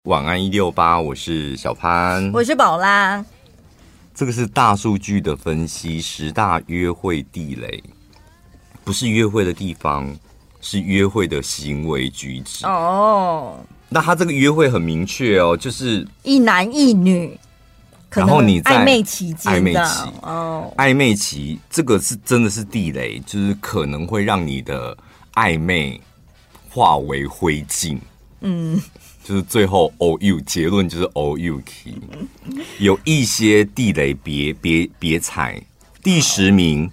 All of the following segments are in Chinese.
晚安168，我是小潘， 我是宝拉。 这个是大数据的分析，10大约会地雷，不是约会的地方，是约会的行为举止。 哦， 那他这个约会很明确哦，就是一男一女， 然后你在暧昧期间， 暧昧期，暧昧期这个是真的是地雷，就是可能会让你的暧昧化为灰烬。就是最后 all you， 结论就是 all you key。有一些地雷别踩。第10名，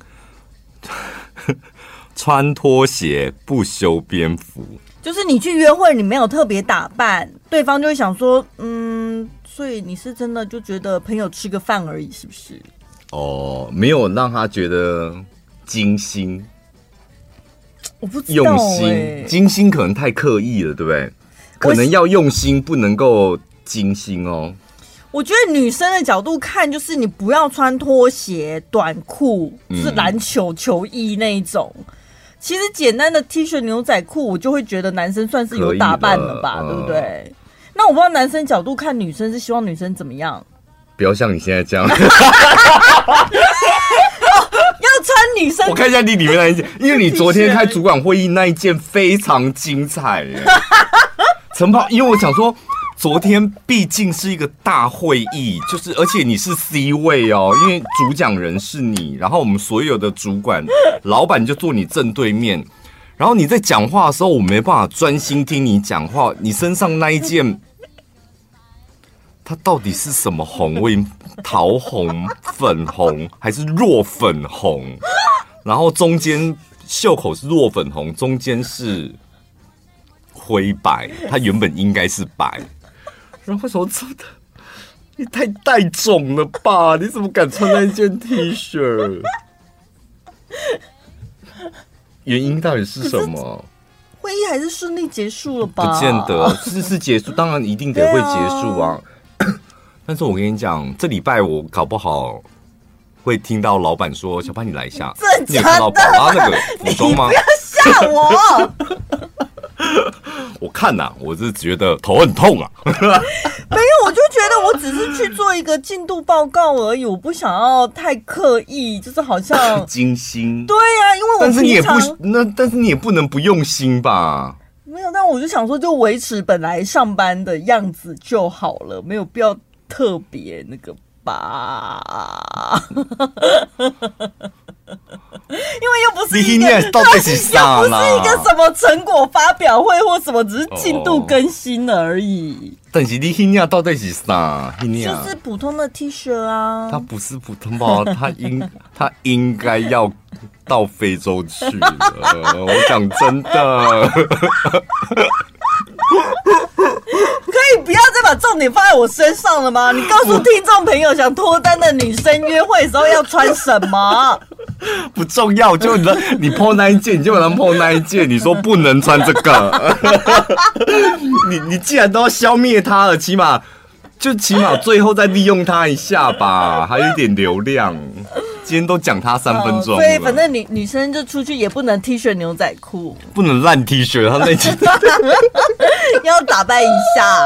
穿拖鞋不修边幅。 就是你去约会，你没有特别打扮，对方就会想说，所以你是真的就觉得朋友吃个饭而已，是不是？ 哦，没有让他觉得精心， 我不知道用心，精心可能太刻意了，对不对？可能要用心，不能够精心哦。 我觉得女生的角度看，就是你不要穿拖鞋、短裤，就是篮球球衣那一种。其实简单的 T 恤、牛仔裤，我就会觉得男生算是有打扮了吧，对不对？那我不知道男生角度看女生是希望女生怎么样？ 不要像你现在这样。要穿女生， 我看一下你里面那一件，因为你昨天开主管会议那一件非常精彩耶。陈宝，因为我想说，昨天毕竟是一个大会议，就是而且你是 C 位哦，因为主讲人是你，然后我们所有的主管、老板就坐你正对面，然后你在讲话的时候，我没办法专心听你讲话。你身上那一件，它到底是什么红味？桃红、粉红还是弱粉红？然后中间袖口是弱粉红，中间是灰白，它原本应该是白。然后说真的，你太带种了吧？你怎么敢穿那件 T 恤？原因到底是什么？ 会议还是顺利结束了吧？ 不见得是结束，当然一定得会结束啊。但是我跟你讲，这礼拜我搞不好会听到老板说：“小潘，你来一下。”你有看到宝拉那个服装吗？ 你不要吓我！ 我看呐，我是觉得头很痛啊。 没有，我就觉得我只是去做一个进度报告而已，我不想要太刻意，就是好像精心。 对呀、因为我平常但是你也不能不用心吧？ 没有，但我就想说，就维持本来上班的样子就好了，没有必要特别那个吧。因为又不是一个到底是啥啦？ 又不是一个什么成果发表会或什么，只是进度更新了而已。 但是你那到底是啥？ 就是普通的 T 恤啊。 它不是普通吧？它应该要到非洲去了。我讲真的。 可以不要再把重点放在我身上了吗？你告诉听众朋友，想脱单的女生约会的时候要穿什么？ 不重要，就你PO那一件，你就把它PO那一件。你说不能穿这个，你既然都要消灭它了，起码最后再利用它一下吧，还有一点流量。今天都讲它3分钟了， 所以反正女生就出去也不能 T 恤牛仔裤， 不能烂 T 恤，它那件要打扮一下。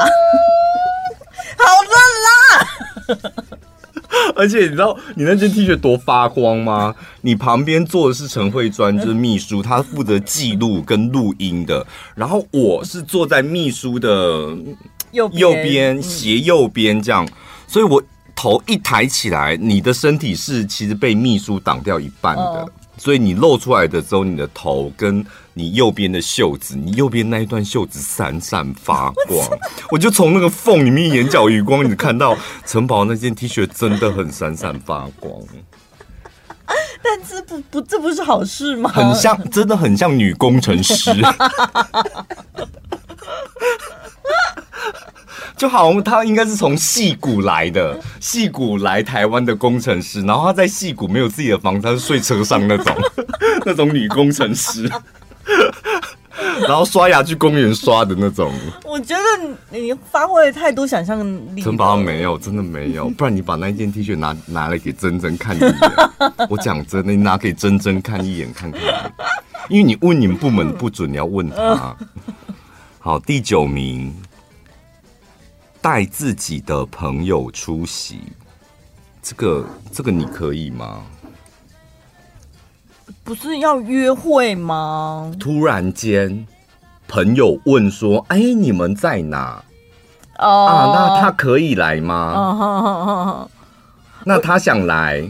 好了啦。 而且你知道你那件 T 恤多发光吗？你旁边坐的是陈慧专，就是秘书，他负责记录跟录音的。然后我是坐在秘书的右边，斜右边这样，所以我头一抬起来，你的身体是其实被秘书挡掉一半的。所以你露出来的时候，你的头跟你右边的袖子，你右边那一段袖子闪闪发光，我就从那个缝里面眼角余光，你看到城堡那件 T 恤真的很闪闪发光。 但这不是好事吗？ 很像，真的很像女工程师。就好像他应该是从矽谷来的，矽谷来台湾的工程师，然后他在矽谷没有自己的房子，他是睡车上那种那种女工程师，然后刷牙去公园刷的那种。我觉得你发挥了太多想象力。 真把没有，真的没有，不然你把那一件 T 恤拿来给珍珍看一眼。我讲真的，你拿给珍珍看一眼看看，因为你问你们部门不准，你要问他。好，第9名。 带自己的朋友出席，这个你可以吗？ 不是要约会吗？ 突然间，朋友问说：“哎，你们在哪？”那他可以来吗？那他想来。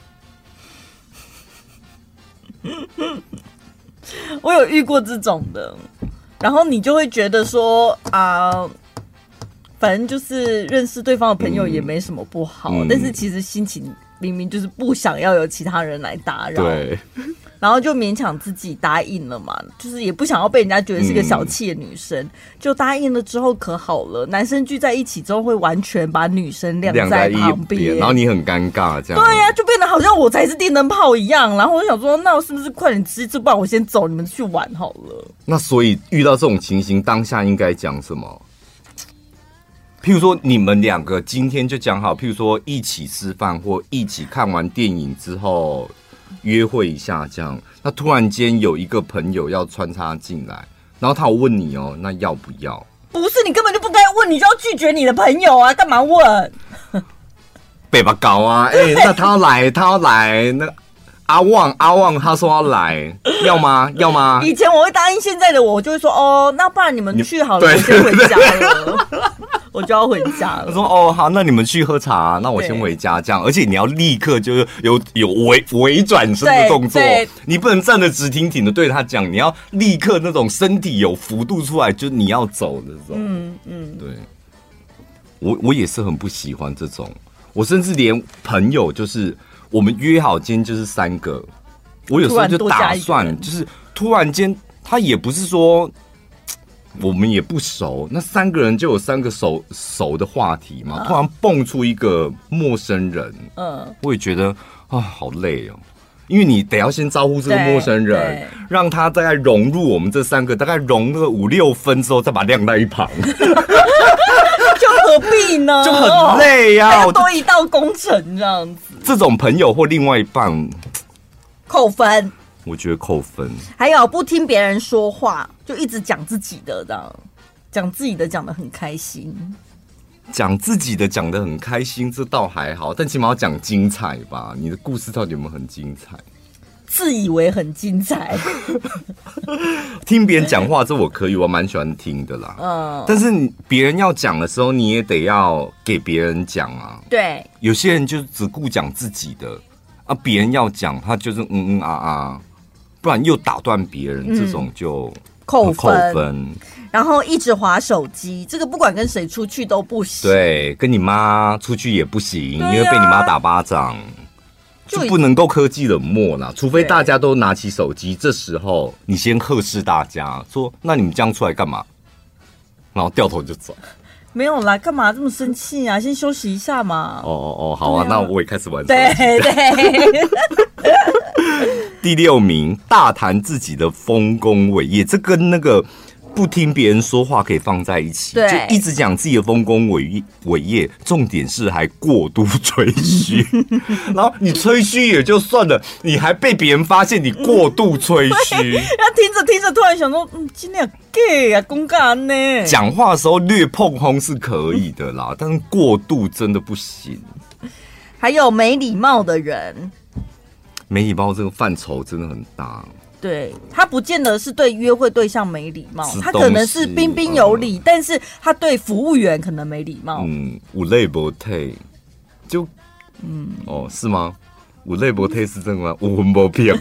我有遇过这种的，然后你就会觉得说反正就是认识对方的朋友也没什么不好，但是其实心情明明就是不想要有其他人来打扰， 对， 然后就勉强自己答应了嘛，就是也不想要被人家觉得是个小气的女生，就答应了之后可好了，男生聚在一起之后会完全把女生晾在旁边， 然后你很尴尬，这样对呀，就变得好像我才是电灯泡一样。然后我就想说，那我是不是快点吃，不然我先走，你们去玩好了。 那所以遇到这种情形，当下应该讲什么？譬如说，你们两个今天就讲好，譬如说一起吃饭或一起看完电影之后约会一下，这样。那突然间有一个朋友要穿插进来，然后他有问你哦，那要不要？ 不是，你根本就不该问，你就要拒绝你的朋友啊，干嘛问？ 北吧搞啊！那他要来，那个阿旺他说要来，要吗？以前我会答应，现在的我就会说那不然你们去好了，我先回家了。我就要回家了。 他说好，那你们去喝茶，那我先回家这样。而且你要立刻就是有微转身的动作，你不能站得直挺挺的对他讲，你要立刻那种身体有幅度出来，就是你要走的这种。对，我也是很不喜欢这种。我甚至连朋友就是我们约好今天就是3个，我有时候就打算就是突然间他也不是说。我们也不熟，那3个人就有3个熟的话题嘛。突然蹦出一个陌生人，我也觉得好累哦，因为你得要先招呼这个陌生人，让他大概融入我们这3个，大概融个5-6分之后，再把他晾在一旁。 就何必呢？ 就很累呀， 多一道工程这样子。 这种朋友或另外一半扣分。 我觉得扣分。 还有不听别人说话，就一直讲自己的，这样讲自己的讲得很开心。 讲自己的讲得很开心，这倒还好，但起码要讲精彩吧。你的故事到底有没有很精彩？ 自以为很精彩。 听别人讲话，这我可以，我蛮喜欢听的啦。但是别人要讲的时候，你也得要给别人讲啊。 对， 有些人就只顾讲自己的啊，别人要讲，他就是不然又打断别人，这种就扣分。然后一直滑手机，这个不管跟谁出去都不行。 对，跟你妈出去也不行，因为被你妈打巴掌。就不能够科技冷漠啦，除非大家都拿起手机，这时候你先呵斥大家说：“那你们这样出来干嘛？”然后掉头就走。 没有啦，干嘛这么生气啊？先休息一下嘛。 好啊，那我也开始玩手机。 对。 第6名，大谈自己的丰功伟业，这跟那个不听别人说话可以放在一起，就一直讲自己的丰功伟业，重点是还过度吹嘘。然后你吹嘘也就算了，你还被别人发现你过度吹嘘。 他听着，突然想说，今天 gay 啊，公干呢？ 讲话的时候略碰轰是可以的啦，但是过度真的不行。 还有没礼貌的人。 没礼貌这个范畴真的很大， 对，他不见得是对约会对象没礼貌，他可能是彬彬有礼，但是他对服务员可能没礼貌。 有礼无体，就是吗？有礼无体是真的吗？有魂无魄。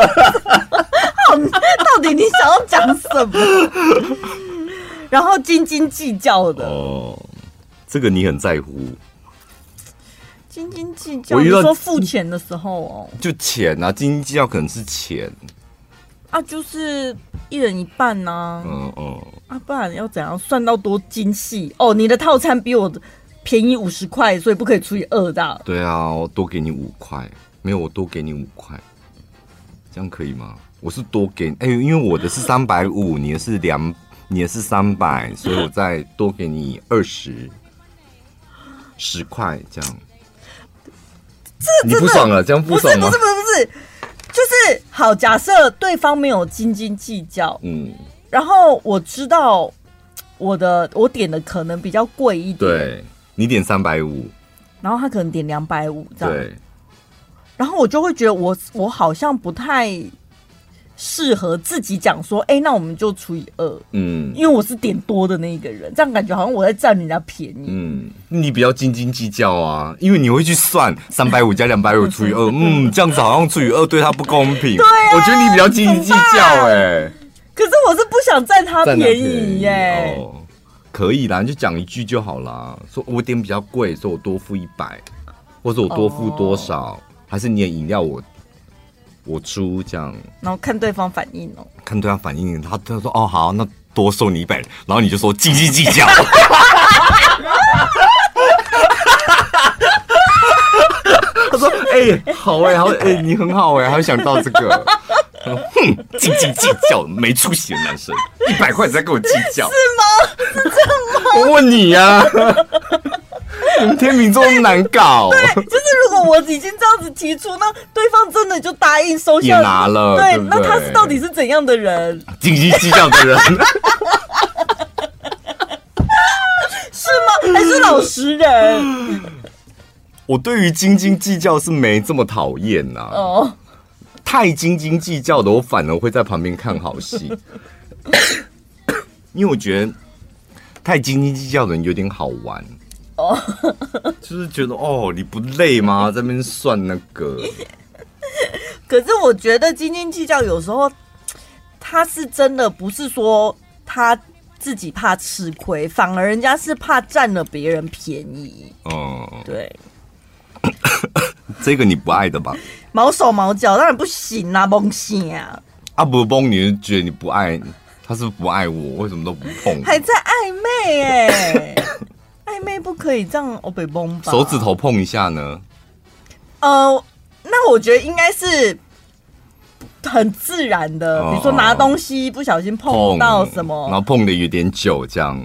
到底你想要讲什么？然后斤斤计较的这个你很在乎。 斤斤计较，你说付钱的时候就钱啊，斤斤计较可能是钱啊，就是一人一半啊。不然要怎样算到多精细？你的套餐比我便宜50块，所以不可以除以2的。 对啊，我多给你5块，没有我多给你5块，这样可以吗？我是多给因为我的是350，你的是300，所以我再多给你10块这样。你不爽了，这样不爽吗？ 不是，就是好。假设对方没有斤斤计较，然后我知道我点的可能比较贵一点， 对，你点350， 然后他可能点250这样， 对， 然后我就会觉得我好像不太适合自己讲说，那我们就除以2，因为我是点多的那一个人，这样感觉好像我在占人家便宜。 你比较斤斤计较啊，因为你会去算350加250除以2，这样子好像除以2对他不公平。 对啊， 我觉得你比较斤斤计较可是我是不想占他便宜耶。 可以啦，你就讲一句就好啦，说我点比较贵，说我多付100，或者我多付多少，还是你的饮料我出这样， 然后看对方反应哦， 看对方反应，他说哦好，那多收你100，然后你就说斤斤计较。他说好好你很好还会想到这个。斤斤计较没出息的男生，100块才跟我计较， 是吗？是这样吗？ 我问你呀，你们天秤座那么难搞。 对，就是如果我已经这样子提出，那对方真的就答应收下， 也拿了，对不对？ 那他是到底是怎样的人？ 斤斤计较的人， 是吗？还是老实人？ 我对于斤斤计较是没这么讨厌呐。太斤斤计较的，我反而会在旁边看好戏，因为我觉得太斤斤计较的人有点好玩。就是觉得你不累吗？在那边算那个。 可是我觉得斤斤计较有时候他是真的不是说他自己怕吃亏，反而人家是怕占了别人便宜。对。 这个你不爱的吧？ 毛手毛脚当然不行啊，蒙死啊！ 不碰你就觉得你不爱他，是不是不爱我？为什么都不碰？ 还在暧昧暧昧不可以这样被蒙吧？ 手指头碰一下呢？ 那我觉得应该是很自然的，比如说拿东西不小心碰到什么， 然后碰的有点久这样。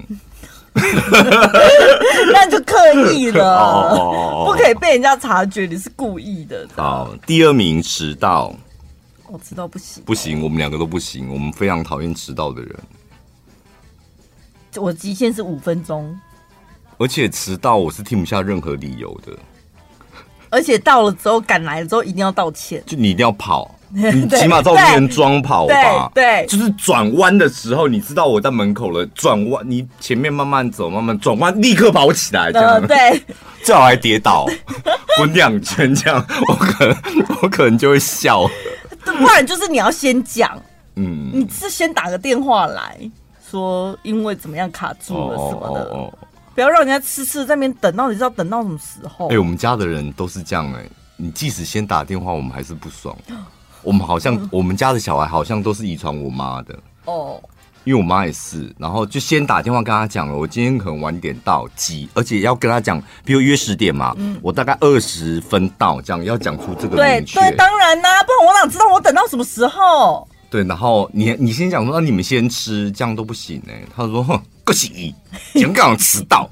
那就刻意了，不可以被人家察觉你是故意的。 好，第2名迟到。 我迟到不行， 不行，我们2个都不行，我们非常讨厌迟到的人。 我极限是5分钟， 而且迟到我是听不下任何理由的。 而且到了之后赶来了之后一定要道歉， 就你一定要跑。你起码照片装跑吧， 对， 就是转弯的时候，你知道我在门口了，转弯你前面慢慢走，慢慢转弯，立刻跑起来，这样， 对， 最好还跌倒，滚2圈这样，我可能就会笑， 不然就是你要先讲，你是先打个电话来说，因为怎么样卡住了什么的，不要让人家痴在那边等，到底是要等到什么时候？ 我们家的人都是这样你即使先打电话，我们还是不爽。我们好像我们家的小孩好像都是遗传我妈的因为我妈也是，然后就先打电话跟她讲了，我今天可能晚点到急，而且要跟她讲，比如约10点嘛，我大概20分到，这样要讲出这个明确。 对，当然啦，不然我哪知道我等到什么时候？ 对，然后你先讲说，你们先吃，这样都不行他说，哼，恭喜你，刚刚迟到。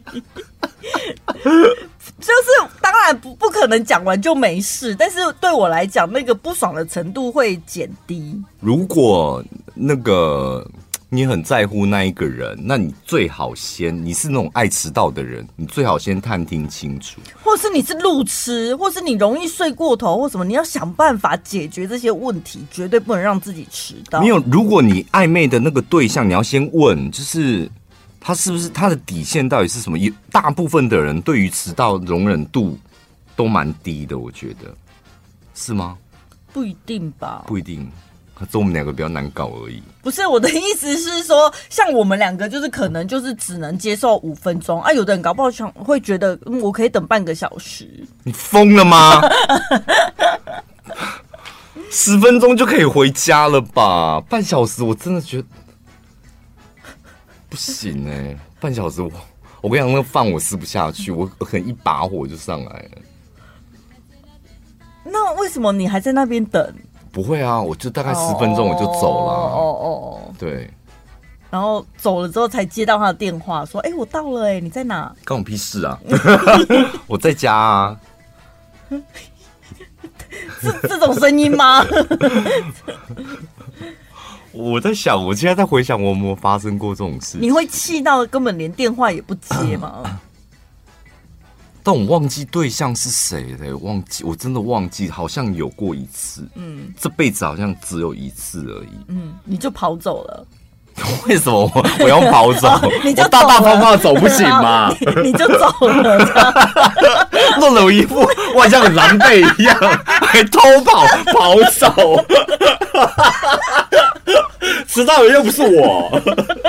就是当然不可能讲完就没事，但是对我来讲，那个不爽的程度会减低。如果那个你很在乎那一个人，那你最好你是那种爱迟到的人，你最好先探听清楚。 或是你是路痴，或是你容易睡过头，或什么，你要想办法解决这些问题，绝对不能让自己迟到。 没有，如果你暧昧的那个对象，你要先问，就是他是不是他的底线到底是什么？大部分的人对于迟到容忍度都蛮低的，我觉得是吗？ 不一定吧， 不一定，只我们2个比较难搞而已。 不是，我的意思是说，像我们2个就是可能就是只能接受5分钟有的人搞不好会觉得我可以等半个小时。 你疯了吗？10分钟就可以回家了吧？半小时我真的觉得不行半小时我跟你讲，那个饭我吃不下去，我可能一把火就上来了。 那为什么你还在那边等？ 不会啊，我就大概10分钟我就走了。对。 然后走了之后才接到他的电话，说：“我到了你在哪？” 关我屁事啊！我在家啊。是这种声音吗？ 我在想，我现在在回想，我有没有发生过这种事？ 你会气到根本连电话也不接吗？ 但我忘记对象是谁了，我真的忘记，好像有过一次，这辈子好像只有一次而已， 你就跑走了。 为什么我要跑走？ 你就我大大方方的走不行吗？ 你就走了， 弄得我一副我好像很狼狈一样，还偷跑走，迟到的又不是我。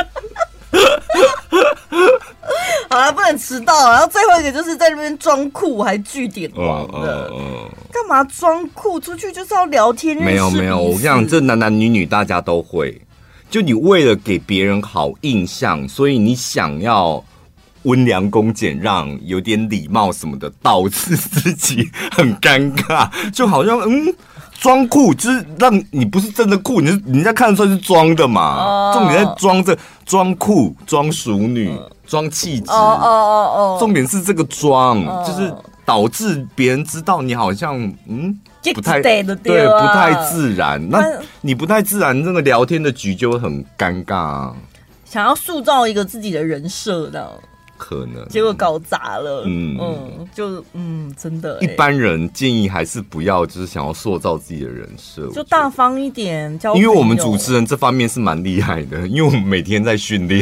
好了，不能迟到。然后最后一个就是在那边装酷，还句点王的，干嘛装酷？出去就是要聊天， 没有，我跟你讲，这男女大家都会。就你为了给别人好印象，所以你想要温良恭俭让，有点礼貌什么的，导致自己很尴尬，就好像装酷就是让你不是真的酷，你在看得出来是装的嘛？重点在装酷、装淑女、装气质。重点是这个装，就是导致别人知道你好像不太对，不太自然。那你不太自然，那个聊天的局就会很尴尬啊。 想要塑造一个自己的人设的。 可能结果搞砸了，真的。 一般人建议还是不要，就是想要塑造自己的人设， 就大方一点。 因为我们主持人这方面是蛮厉害的，因为我们每天在训练，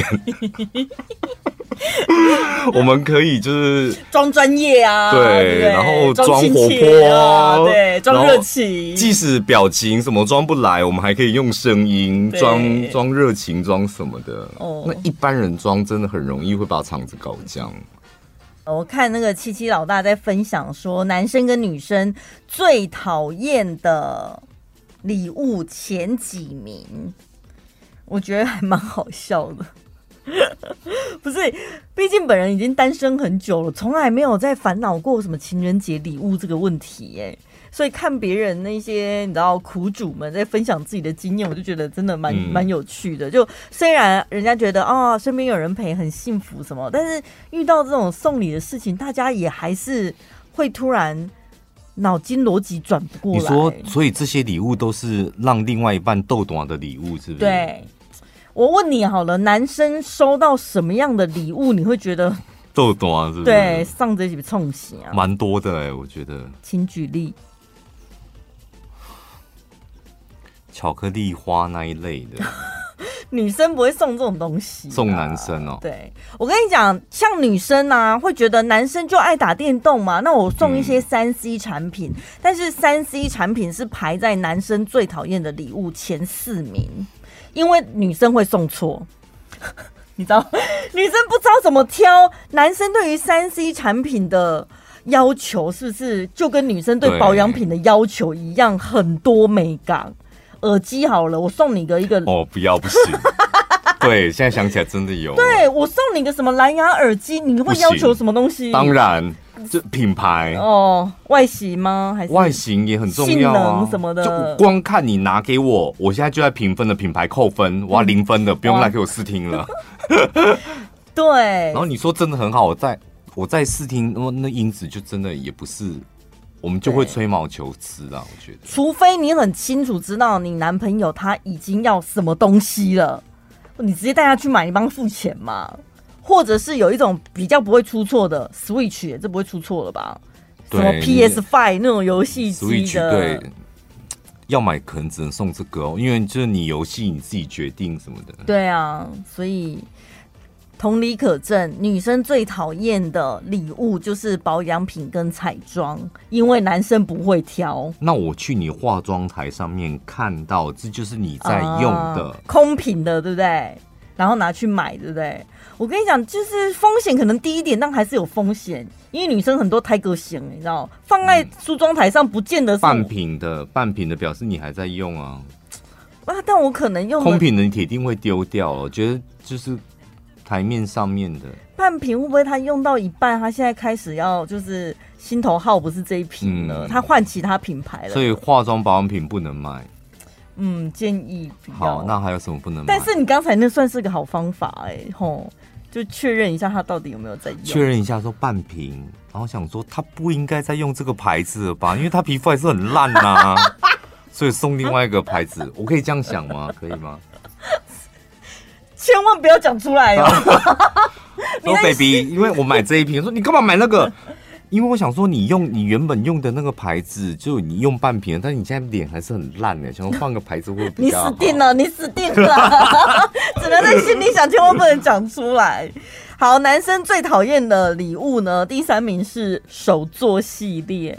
我们可以就是装专业啊，对， 然后装活泼， 对，装热情。 即使表情什么装不来，我们还可以用声音装热情，装什么的。那一般人装真的很容易会把场子搞僵。 我看那个七七老大在分享说，男生跟女生最讨厌的礼物前几名，我觉得还蛮好笑的。不是，毕竟本人已经单身很久了，从来没有在烦恼过什么情人节礼物这个问题所以看别人那些你知道苦主们在分享自己的经验，我就觉得真的蛮有趣的。就虽然人家觉得身边有人陪很幸福什么，但是遇到这种送礼的事情，大家也还是会突然脑筋逻辑转不过来。 你说，所以这些礼物都是让另外一半斗短的礼物，是不是？ 对。我问你好了，男生收到什么样的礼物你会觉得斗短？是不是？ 对，上这些冲洗啊， 蛮多的我觉得。 请举例。 巧克力花那一类的， 女生不会送这种东西， 送男生哦。 对，我跟你讲，像女生啊，会觉得男生就爱打电动嘛，那我送一些3C 产品，但是3C 产品是排在男生最讨厌的礼物前4名，因为女生会送错。你知道，女生不知道怎么挑，男生对于3C 产品的要求是不是就跟女生对保养品的要求一样，很多美感。耳机好了，我送你一个不要不行。对，现在想起来真的有。 对，我送你个什么蓝牙耳机，你会要求什么东西？ 当然，就品牌外形吗？还是外形也很重要性能什么的？ 就光看你拿给我，我现在就在评分的品牌扣分，我要0分的，不用来给我试听了。 对。 然后你说真的很好，我在试听，那音质就真的也不是。我们就会吹毛求疵啦，我觉得。 除非你很清楚知道你男朋友他已经要什么东西了，你直接带他去买，你帮他付钱嘛。或者是有一种比较不会出错的 Switch， 这不会出错了吧？什么 PS5 那种游戏机的 Switch， 对，要买可能只能送这个因为就是你游戏你自己决定什么的。 对啊，所以。同理可证，女生最讨厌的礼物就是保养品跟彩妆，因为男生不会挑。 那我去你化妆台上面看到，这就是你在用的空瓶的，对不对？然后拿去买，对不对？我跟你讲，就是风险可能低一点，但还是有风险，因为女生很多胎格型，你知道，放在梳妆台上不见得是半瓶的表示你还在用啊。 但我可能用空瓶的，你铁定会丢掉我觉得就是。台面上面的半瓶会不会他用到一半，他现在开始要就是心头好不是这一瓶了，他换其他品牌了， 所以化妆保养品不能卖。 建议不要。 好，那还有什么不能卖？ 但是你刚才那算是个好方法就确认一下他到底有没有在用， 确认一下说半瓶，然后想说他不应该再用这个牌子了吧，因为他皮肤还是很烂啊，所以送另外一个牌子，我可以这样想吗？可以吗？ 千万不要讲出来哦。 说 baby， 因为我买这一瓶，说你干嘛买那个？因为我想说你原本用的那个牌子，就你用半瓶，但是你现在脸还是很烂的，想说换个牌子会比较好。 你死定了，只能在心里想，千万不能讲出来。好，男生最讨厌的礼物呢？第3名是手作系列。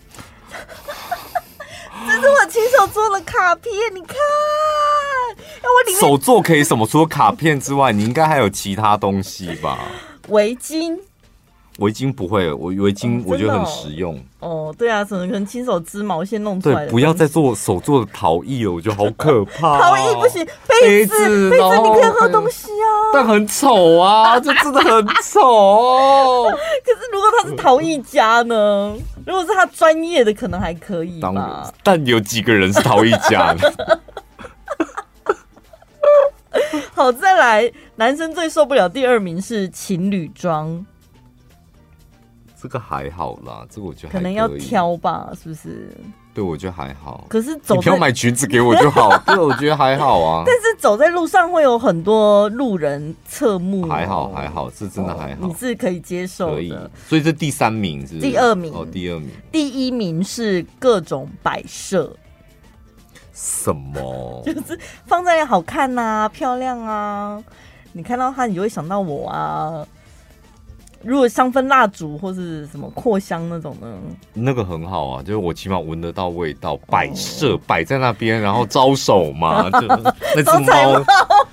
这是我亲手做的卡片，你看，我里面手作可以什么？除了卡片之外，你应该还有其他东西吧？ 围巾。 围巾不会，围巾我觉得很实用。 哦，对啊，可能亲手织毛线弄出来的。 对，不要再做手做的陶艺了，我觉得好可怕。 陶艺不行，杯子你可以喝东西啊， 但很丑啊，这真的很丑。 可是如果他是陶艺家呢？如果是他专业的，可能还可以吧。 但有几个人是陶艺家呢？ 好，再来，男生最受不了第2名是情侣装。 这个还好啦，这个我觉得还可能要挑吧，是不是？ 对，我觉得还好。 可是你不要买裙子给我就好。对，我觉得还好啊。 但是走在路上会有很多路人侧目。 还好，这真的还好。 你是可以接受的。可以。 所以这第3名是不是？ 第2名哦，第2名。 第1名是各种摆设。 什么？ 就是放在那里好看啊，漂亮啊，你看到它你就会想到我啊。如果香氛蜡烛或是什么扩香那种呢？那个很好啊，就是我起码闻得到味道。摆设摆在那边，然后招手嘛，就那只猫。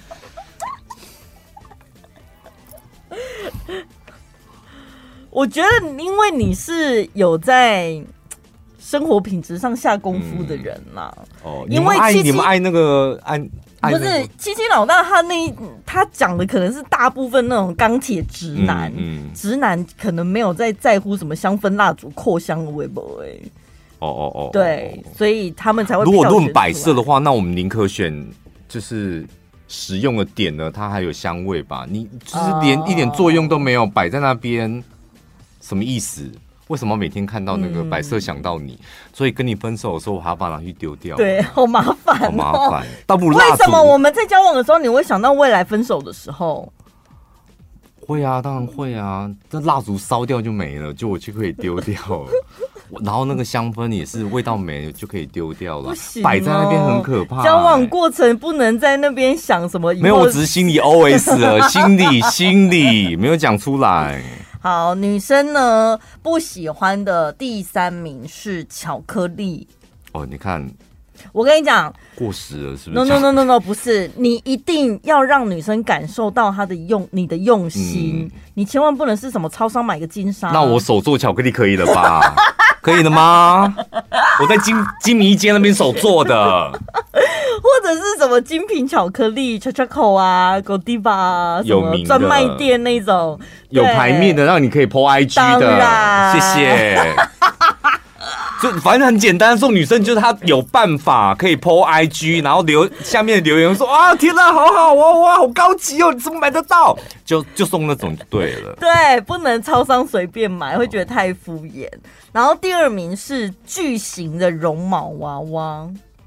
我觉得，因为你是有在生活品质上下功夫的人啦。 哦，因为你们爱那个不是七七老大，他讲的可能是大部分那种钢铁直男，直男可能没有在乎什么香氛蜡烛扩香的微博对，所以他们才会。 如果论摆设的话，那我们宁可选就是实用的点呢，它还有香味吧？你就是连一点作用都没有，摆在那边，什么意思？为什么每天看到那个摆设想到你？所以跟你分手的时候，我还要把它拿去丢掉。 对，好麻烦， 好麻烦。倒不如蜡烛。 为什么我们在交往的时候，你会想到未来分手的时候？ 会啊，当然会啊。这蜡烛烧掉就没了，就我就可以丢掉了。然后那个香氛也是味道没了就可以丢掉了。不行，摆在那边很可怕。 交往过程不能在那边想什么。 没有，我只是心里 OS 了，心里没有讲出来。 好，女生呢不喜欢的第3名是巧克力。 哦，你看， 我跟你讲， 过时了是不是 ？No， 不是，你一定要让女生感受到你的用心，你千万不能是什么超商买个金沙。 那我手做巧克力可以了吧？可以的吗？我在金迷街那边手做的。 或者是什么精品巧克力 Choco 啊 Godiva 啊，什么专卖店那种有牌面的，让你可以 po IG 的，谢谢。就反正很简单，送女生就是她有办法可以 po IG， 然后下面留言说啊天哪，好好哇，好高级哦，你怎么买得到？就送那种就对了。 对，不能超商随便买，会觉得太敷衍。然后第2名是巨型的绒毛娃娃。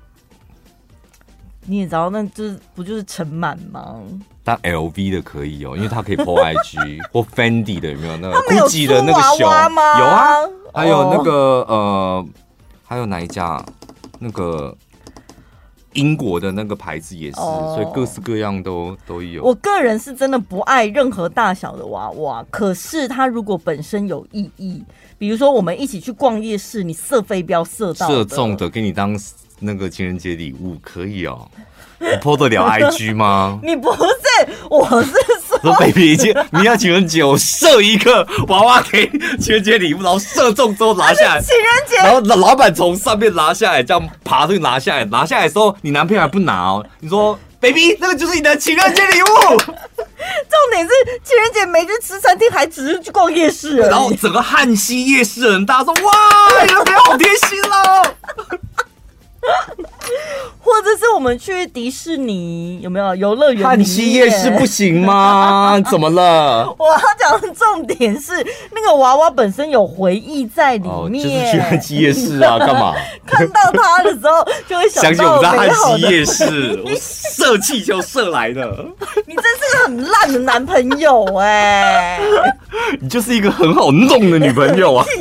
你也知道，那不就是尘螨吗？ 但 LV 的可以因为它可以 po IG 或 Fendi 的有没有？那个 Gucci 的那个熊吗？ 有啊，还有那个还有哪一家？那个英国的那个牌子也是，所以各式各样都有。 我个人是真的不爱任何大小的娃娃，可是它如果本身有意义，比如说我们一起去逛夜市，你射飞镖射中的，给你当那个情人节礼物可以哦。你 po 得了 IG 吗？ 你不是，我是说 baby， 你要情人节我射一个娃娃给情人节礼物，然后射中之后拿下来， 情人节， 然后老板从上面拿下来，这样爬上去拿下来，拿下来的时候你男朋友还不拿哦，你说 baby 那个就是你的情人节礼物。 重点是情人节没去吃餐厅，还只是去逛夜市而已。 然后整个汉西夜市的人大家说哇，你男朋友好贴心哦。 或者是我们去迪士尼，有没有游乐园？ 汉西夜市不行吗？怎么了？ 我要讲的重点是，那个娃娃本身有回忆在里面， 就是去汉西夜市啊，干嘛？ 看到他的时候就会想起我们在汉西夜市。 市，我射气球射来的。 你真是个很烂的男朋友哎、 你就是一个很好弄的女朋友啊。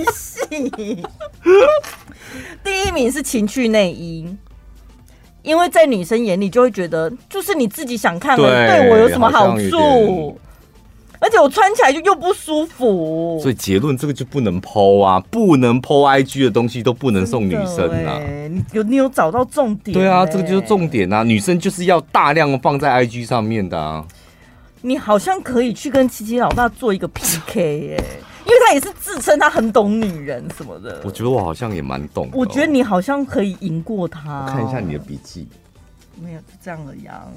第一名是情趣内衣，因为在女生眼里就会觉得，就是你自己想看的，对我有什么好处？而且我穿起来就又不舒服。 所以结论，这个就不能 po 啊，不能 po IG 的东西都不能送女生啊。 你有找到重点？ 对啊，这个就是重点啊，女生就是要大量放在 IG 上面的啊。 你好像可以去跟七七老大做一个 PK 耶、因为他也是自称他很懂女人什么的。 我觉得我好像也蛮懂的。 我觉得你好像可以赢过他。 我看一下你的笔记。 没有，就这样而已啊。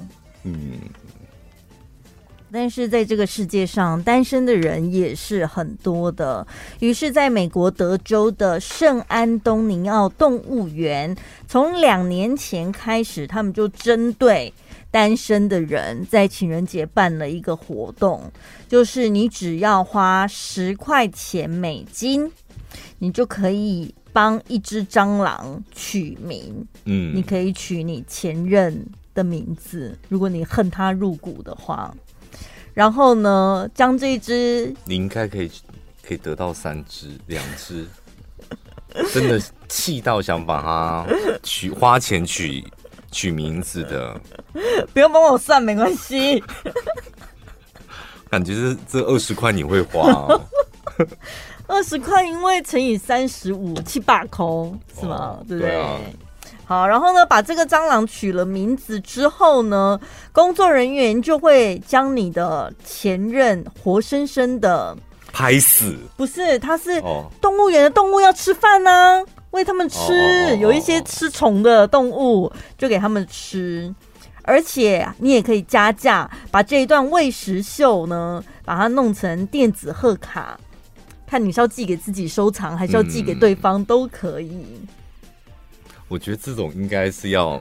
但是在这个世界上，单身的人也是很多的。于是，在美国德州的圣安东尼奥动物园，从2年前开始，他们就针对单身的人在情人节办了一个活动，就是你只要花10块钱美金，你就可以帮一只蟑螂取名。你可以取你前任的名字，如果你恨他入骨的话。然后呢，将这一只， 你应该可以得到2只，真的气到想把它花钱取名字的。 不用帮我算，没关系。 感觉这20块你会花哦。 20块，因为乘以35，700块是吗？对不对？ 对啊。 好，然后呢，把这个蟑螂取了名字之后呢，工作人员就会将你的前任活生生的拍死。 不是，它是动物园的动物要吃饭呢、喂他们吃，有一些吃虫的动物就给他们吃，而且你也可以加价，把这一段喂食秀呢，把它弄成电子贺卡，看你是要寄给自己收藏，还是要寄给对方，都可以。 我觉得这种应该是要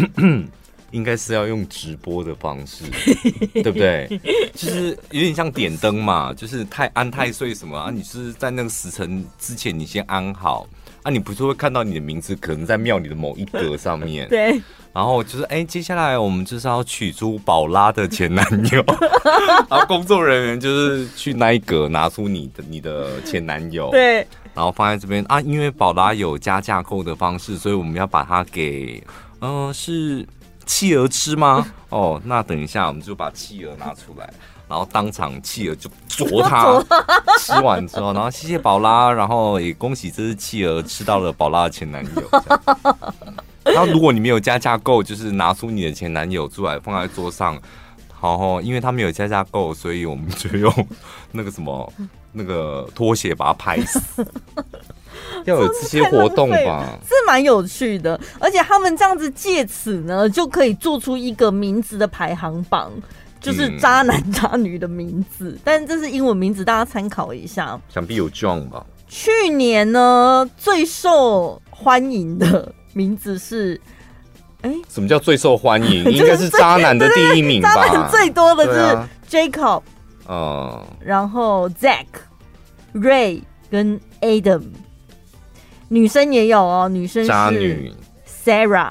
用直播的方式，对不对？就是有点像点灯嘛，就是安太岁什么啊，你是在那个时辰之前你先安好啊，你不是会看到你的名字可能在庙里的某一格上面， 对。 然后就是接下来我们就是要取出宝拉的前男友，然后工作人员就是去那一格拿出你的前男友， 对， 然后放在这边啊，因为宝拉有加价购的方式，所以我们要把它给是企鹅吃吗？哦，那等一下我们就把企鹅拿出来，然后当场企鹅就啄它，吃完之后，然后谢谢宝拉，然后也恭喜这只企鹅吃到了宝拉的前男友。然后如果你没有加价购，就是拿出你的前男友出来放在桌上，然后因为他没有加价购，所以我们就用那个拖鞋把它拍死。要有这些活动吧， 是蛮有趣的。而且他们这样子借此呢，就可以做出一个名字的排行榜，就是渣男渣女的名字。但这是英文名字，大家参考一下。 想必有 John 吧？ 去年呢，最受欢迎的名字是， 什么叫最受欢迎？应该是渣男的第一名吧？ 渣男最多的是 Jacob，然后 Zach、Ray 跟 Adam。女生也有哦，女生是渣女 Sarah。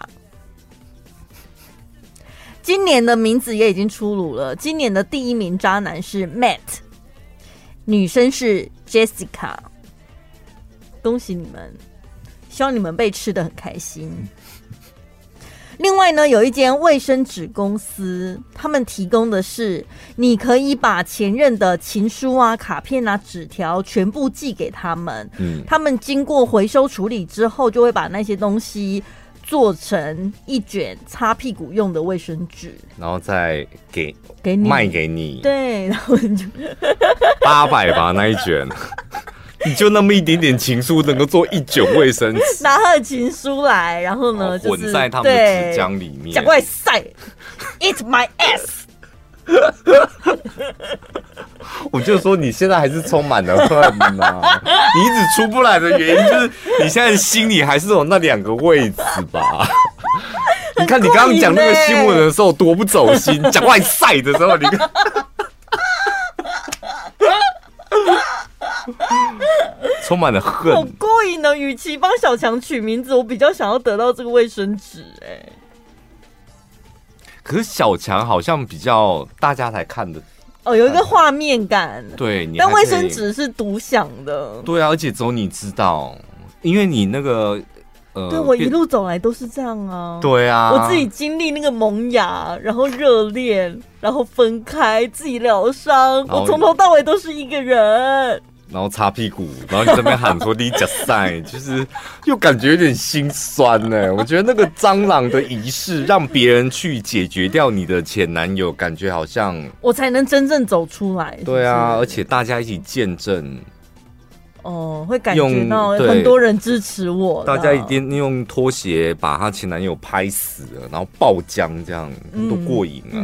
今年的名字也已经出炉了，今年的第一名渣男是 Matt， 女生是 Jessica。恭喜你们，希望你们被吃得很开心。另外呢，有一间卫生纸公司，他们提供的是你可以把前任的情书啊、卡片啊、纸条全部寄给他们，他们经过回收处理之后，就会把那些东西做成一卷擦屁股用的卫生纸， 然后再给你卖给你。 对，然后你就 800吧那一卷。你就那么一点点情书，能够做一卷卫生纸， 拿他的情书来，然后呢， 混在他们的纸浆里面， 赶快晒 ，Eat my ass， 我就说你现在还是充满了恨呐、你一直出不来的原因就是你现在心里还是有那2个位置吧。你看你刚刚讲那个新闻的时候多不走心，讲外晒的时候，你看。充满了恨， 好过瘾呢！与其帮小强取名字，我比较想要得到这个卫生纸。 可是小强好像比较大家才看的哦，有一个画面感。 对， 但卫生纸是独享的。 对啊，而且只有你知道，因为你那个对我一路走来都是这样啊。 对啊， 我自己经历那个萌芽，然后热恋，然后分开，自己疗伤，我从头到尾都是一个人。 然后擦屁股，然后你这边喊说你假赛，就是又感觉有点心酸呢。我觉得那个蟑螂的仪式，让别人去解决掉你的前男友，感觉好像我才能真正走出来。 对啊，而且大家一起见证。 哦，会感觉到很多人支持我， 大家一定用拖鞋把她前男友拍死了，然后爆浆，这样多过瘾啊！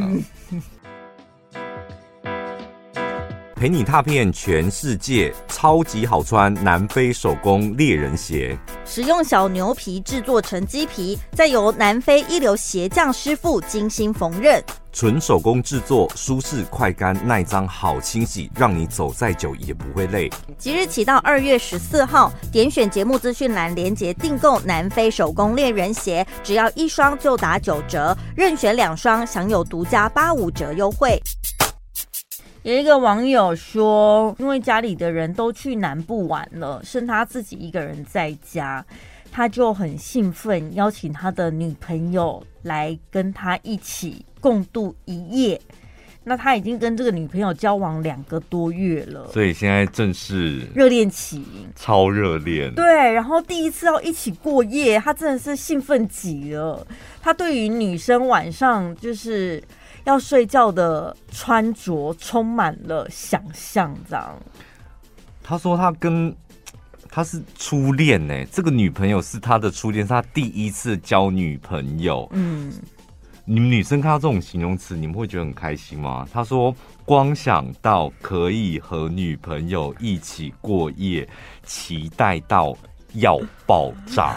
陪你踏遍全世界，超级好穿南非手工猎人鞋， 使用小牛皮制作成鸡皮，再由南非一流鞋匠师傅精心缝纫， 纯手工制作，舒适快干耐脏好清洗，让你走再久也不会累。 即日起到2月14号，点选节目资讯栏连结订购南非手工猎人鞋，只要1双就打9折，任选2双享有独家85折优惠。 有一个网友说，因为家里的人都去南部玩了，剩他自己一个人在家，他就很兴奋，邀请他的女朋友来跟他一起共度1夜。那他已经跟这个女朋友交往2个多月了， 所以现在正是热恋期， 超热恋。 对，然后第一次要一起过夜，他真的是兴奋极了。他对于女生晚上就是要睡觉的穿着充满了想象，这样。 他说他是初恋呢，这个女朋友是他的初恋，是他第一次交女朋友。你们女生看到这种形容词，你们会觉得很开心吗？他说光想到可以和女朋友一起过夜，期待到要爆炸。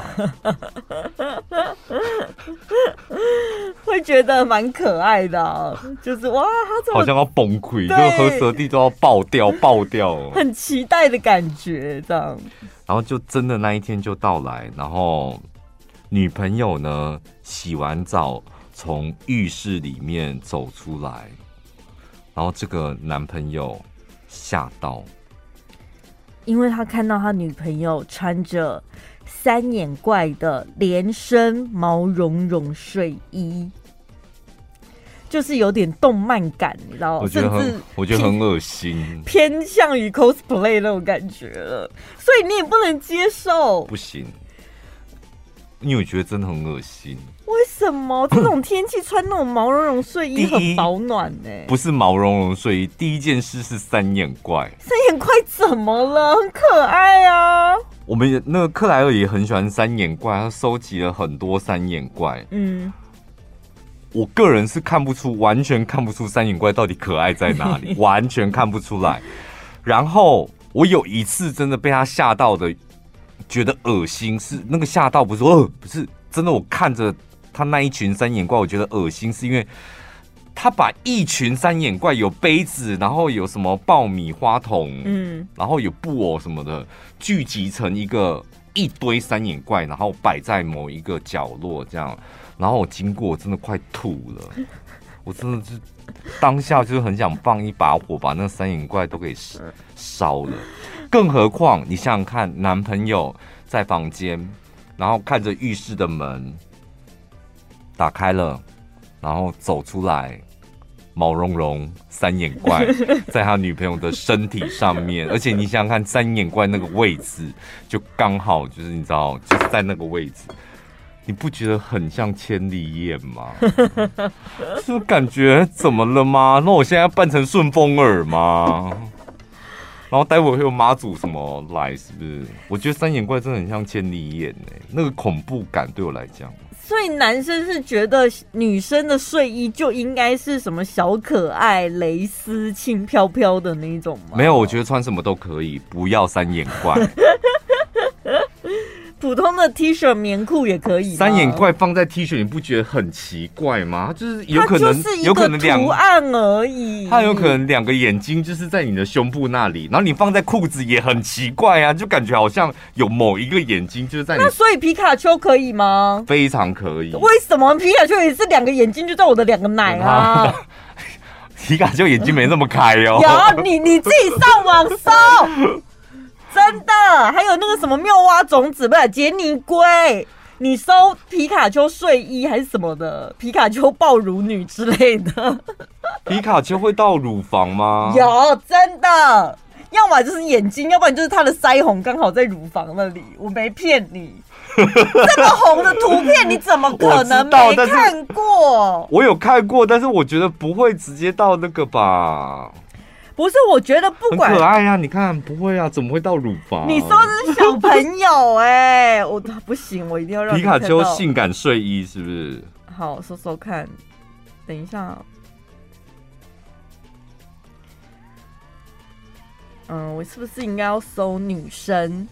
会觉得蛮可爱的啊，就是哇，他怎么好像要崩溃，就和蛇地都要爆掉， 很期待的感觉，这样。 然后就真的那一天就到来，然后女朋友呢洗完澡从浴室里面走出来，然后这个男朋友吓到， 因为他看到他女朋友穿着3眼怪的连身毛茸茸睡衣，就是有点动漫感，你知道吗？ 我觉得很恶心， 偏向于 cosplay 那种感觉了，所以你也不能接受。 不行，因为我觉得真的很恶心。 为什么这种天气穿那种毛茸茸睡衣很保暖呢？ 不是毛茸茸睡衣，第一件事是3眼怪。 3眼怪怎么了？很可爱啊！ 我们那个克莱尔也很喜欢3眼怪，他收集了很多3眼怪。我个人是完全看不出3眼怪到底可爱在哪里，完全看不出来。然后我有一次真的被他吓到的，觉得恶心，是那个吓到不是不是真的，我看着他那一群3眼怪，我觉得恶心，是因为他把一群3眼怪，有杯子，然后有什么爆米花桶，然后有布偶什么的，聚集成一堆3眼怪，然后摆在某一个角落这样。然后我经过，我真的快吐了，我真的是当下就是很想放一把火，把那3眼怪都给烧了。更何况你想想看，男朋友在房间，然后看着浴室的门打开了，然后走出来，毛茸茸3眼怪在他女朋友的身体上面，而且你想想看，3眼怪那个位置就刚好就是你知道，就是在那个位置，你不觉得很像千里眼吗？是感觉怎么了吗？那我现在要扮成顺风耳吗？然后待会会有妈祖什么来，是不是？我觉得3眼怪真的很像千里眼那个恐怖感对我来讲。 所以男生是觉得女生的睡衣就应该是什么小可爱、蕾丝、轻飘飘的那种吗？ 没有，我觉得穿什么都可以，不要三眼怪。 普通的 T 恤、棉裤也可以吗？ 三眼怪放在 T 恤，你不觉得很奇怪吗？它就是有可能， 它就是一个图案而已。 它有可能两个眼睛就是在你的胸部那里，然后你放在裤子也很奇怪啊，就感觉好像有某一个眼睛就是在你。 那所以皮卡丘可以吗？ 非常可以。 为什么皮卡丘也是两个眼睛就在我的两个奶啊？ 皮卡丘眼睛没那么开哦。 有你自己上网搜。真的，还有那个什么妙蛙种子，不是杰尼龟，你搜皮卡丘睡衣还是什么的，皮卡丘抱乳女之类的。 皮卡丘会到乳房吗？ 有，真的，要么就是眼睛，要不然就是它的腮红刚好在乳房那里，我没骗你。这么红的图片，你怎么可能没看过？ 我有看过，但是我觉得不会直接到那个吧。 不是，我觉得不管很可爱啊，你看不会啊，怎么会到乳房？ 你说的是小朋友我不行，我一定要让你皮卡丘性感睡衣是不是？ 好，搜搜看，等一下，我是不是应该要搜女生？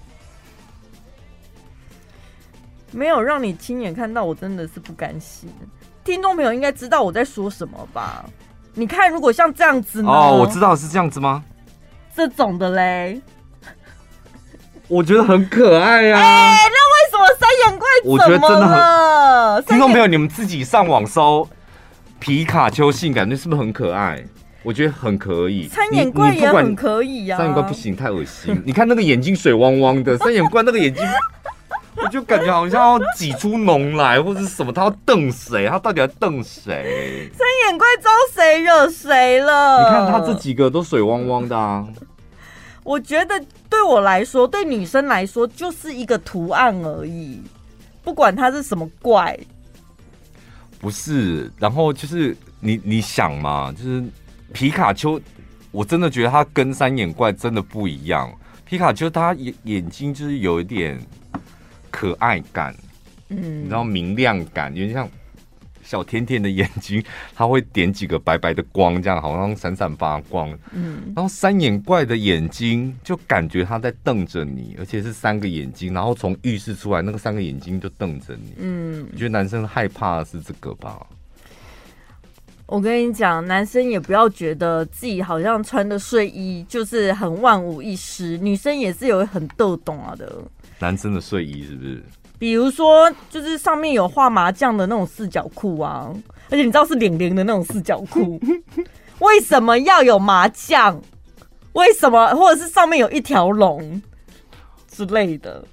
没有让你亲眼看到，我真的是不甘心。听众朋友应该知道我在说什么吧？你看，如果像这样子呢？ 哦，我知道是这样子吗？ 这种的嘞， 我觉得很可爱啊。 那为什么三眼怪怎么了？ 我觉得真的很。听众朋友，你们自己上网搜皮卡丘性感，那是不是很可爱？我觉得很可以。 三眼怪也很可以啊。 三眼怪不行，太恶心。你看那个眼睛水汪汪的，三眼怪那个眼睛。我就感觉好像要挤出脓来，或者是什么，他要瞪谁？他到底要瞪谁？ 三眼怪招谁惹谁了？ 你看他这几个都水汪汪的啊！ 我觉得对我来说，对女生来说，就是一个图案而已，不管它是什么怪。 不是，然后就是你想嘛，就是皮卡丘，我真的觉得他跟三眼怪真的不一样。皮卡丘他眼睛就是有一点可爱感，你知道明亮感，有点像小甜甜的眼睛，它会点几个白白的光，这样好像闪闪发光。然后三眼怪的眼睛就感觉他在瞪着你，而且是三个眼睛，然后从浴室出来，那个三个眼睛就瞪着你。我觉得男生害怕的是这个吧。 我跟你讲，男生也不要觉得自己好像穿的睡衣就是很万无一失，女生也是有很逗懂的。 男生的睡衣是不是？ 比如说，就是上面有画麻将的那种四角裤啊，而且你知道是连连的那种四角裤，为什么要有麻将？为什么？或者是上面有一条龙之类的？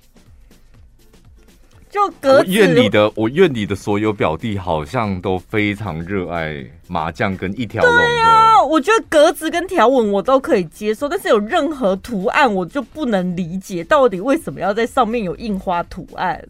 就格子， 我院里的所有表弟好像都非常热爱麻将跟一条龙的。 对啊，我觉得格子跟条纹我都可以接受，但是有任何图案我就不能理解，到底为什么要在上面有印花图案？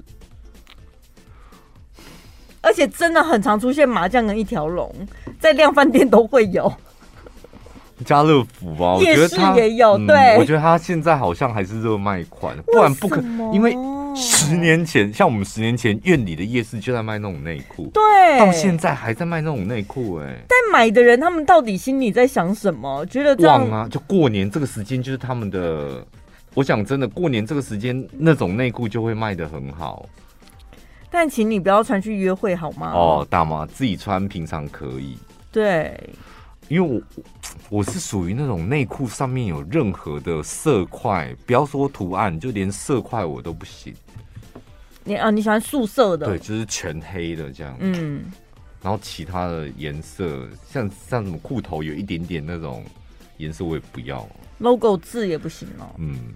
而且真的很常出现麻将跟一条龙，在量贩店都会有。 家乐福吧，我觉得它也有，对， 我觉得它现在好像还是热卖款，不然不可，因为10年前，像我们10年前院里的夜市就在卖那种内裤， 对， 到现在还在卖那种内裤， 但买的人他们到底心里在想什么？觉得这样旺啊，就过年这个时间就是他们的，我讲真的，过年这个时间那种内裤就会卖得很好。 但请你不要穿去约会好吗？ 哦，大妈自己穿平常可以， 对。 因为我是属于那种内裤上面有任何的色块，不要说图案，就连色块我都不行。 你喜欢素色的？ 对，就是全黑的这样。然后其他的颜色，像什么裤头有一点点那种颜色，我也不要。 logo 字也不行哦。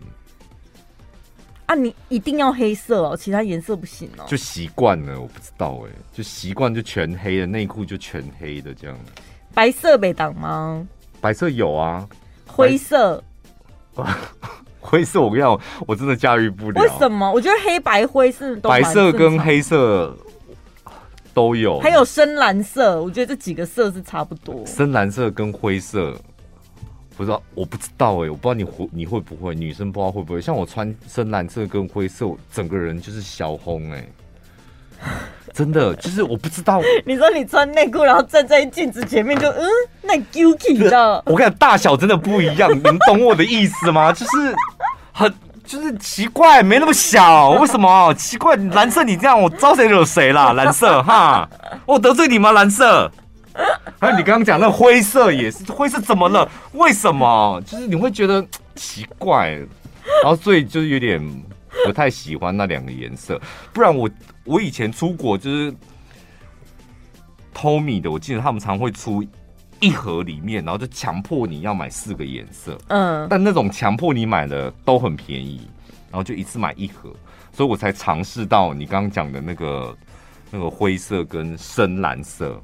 你一定要黑色哦，其他颜色不行哦。 就习惯了，我不知道就习惯就全黑的内裤就全黑的这样。 白色没挡吗？ 白色有啊， 灰色。 灰色我跟你讲，我真的驾驭不了。 为什么？我觉得黑白灰是都白色跟黑色都有， 还有深蓝色，我觉得这几个色是差不多。 深蓝色跟灰色，不知道，我不知道我不知道你会不会，女生不知道会不会。像我穿深蓝色跟灰色，我整个人就是小红真的就是我不知道。 你说你穿内裤，然后站在镜子前面就那 guilty 你知道？ 我跟你讲，大小真的不一样，你们懂我的意思吗？就是奇怪，没那么小，为什么？奇怪，蓝色你这样，我招谁惹谁啦？蓝色哈，我得罪你吗？蓝色。还有你刚刚讲那灰色也是，灰色怎么了？为什么？就是你会觉得奇怪，然后所以就是有点不太喜欢那两个颜色。不然我以前出国就是 Tommy 的，我记得他们常会出一盒里面，然后就强迫你要买4个颜色。但那种强迫你买的都很便宜，然后就一次买1盒，所以我才尝试到你刚刚讲的那个灰色跟深蓝色。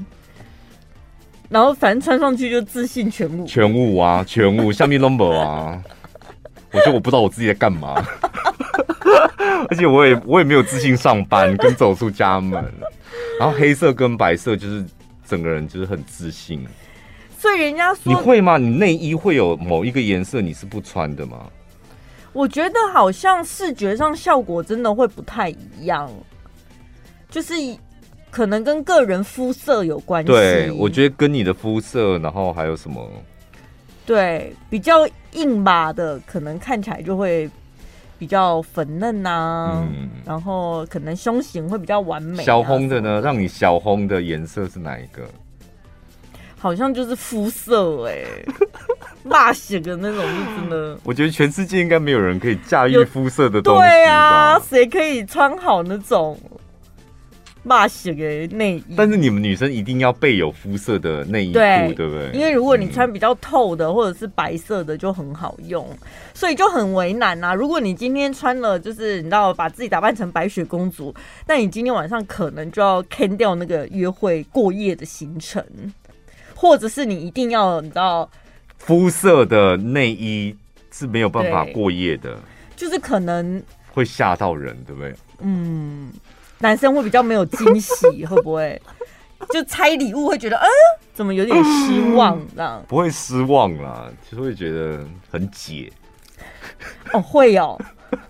然后反正穿上去就自信全无， 全无，下面 number 啊，我觉得我不知道我自己在干嘛，而且我也没有自信上班跟走出家门。然后黑色跟白色就是整个人就是很自信。 所以人家说你会吗？你内衣会有某一个颜色你是不穿的吗？ 我觉得好像视觉上效果真的会不太一样，就是可能跟个人肤色有关系。 对，我觉得跟你的肤色，然后还有什么？ 对，比较硬吧的，可能看起来就会比较粉嫩啊，然后可能胸型会比较完美。 小红的呢？让你小红的颜色是哪一个？ 好像就是肤色辣血的那种，是真的。 我觉得全世界应该没有人可以驾驭肤色的东西吧？ 对啊，谁可以穿好那种辣血的内衣？ 但是你们女生一定要备有肤色的内衣裤，对不对？ 因为如果你穿比较透的或者是白色的就很好用，所以就很为难啊。如果你今天穿了，就是你知道把自己打扮成白雪公主，那你今天晚上可能就要 can 掉那个约会过夜的行程，或者是你一定要你知道肤色的内衣是没有办法过夜的， 就是可能会吓到人，对不对？ 男生会比较没有惊喜，会不会？就拆礼物会觉得，怎么有点失望这样？ 不会失望啦，其实会觉得很解。 会哦。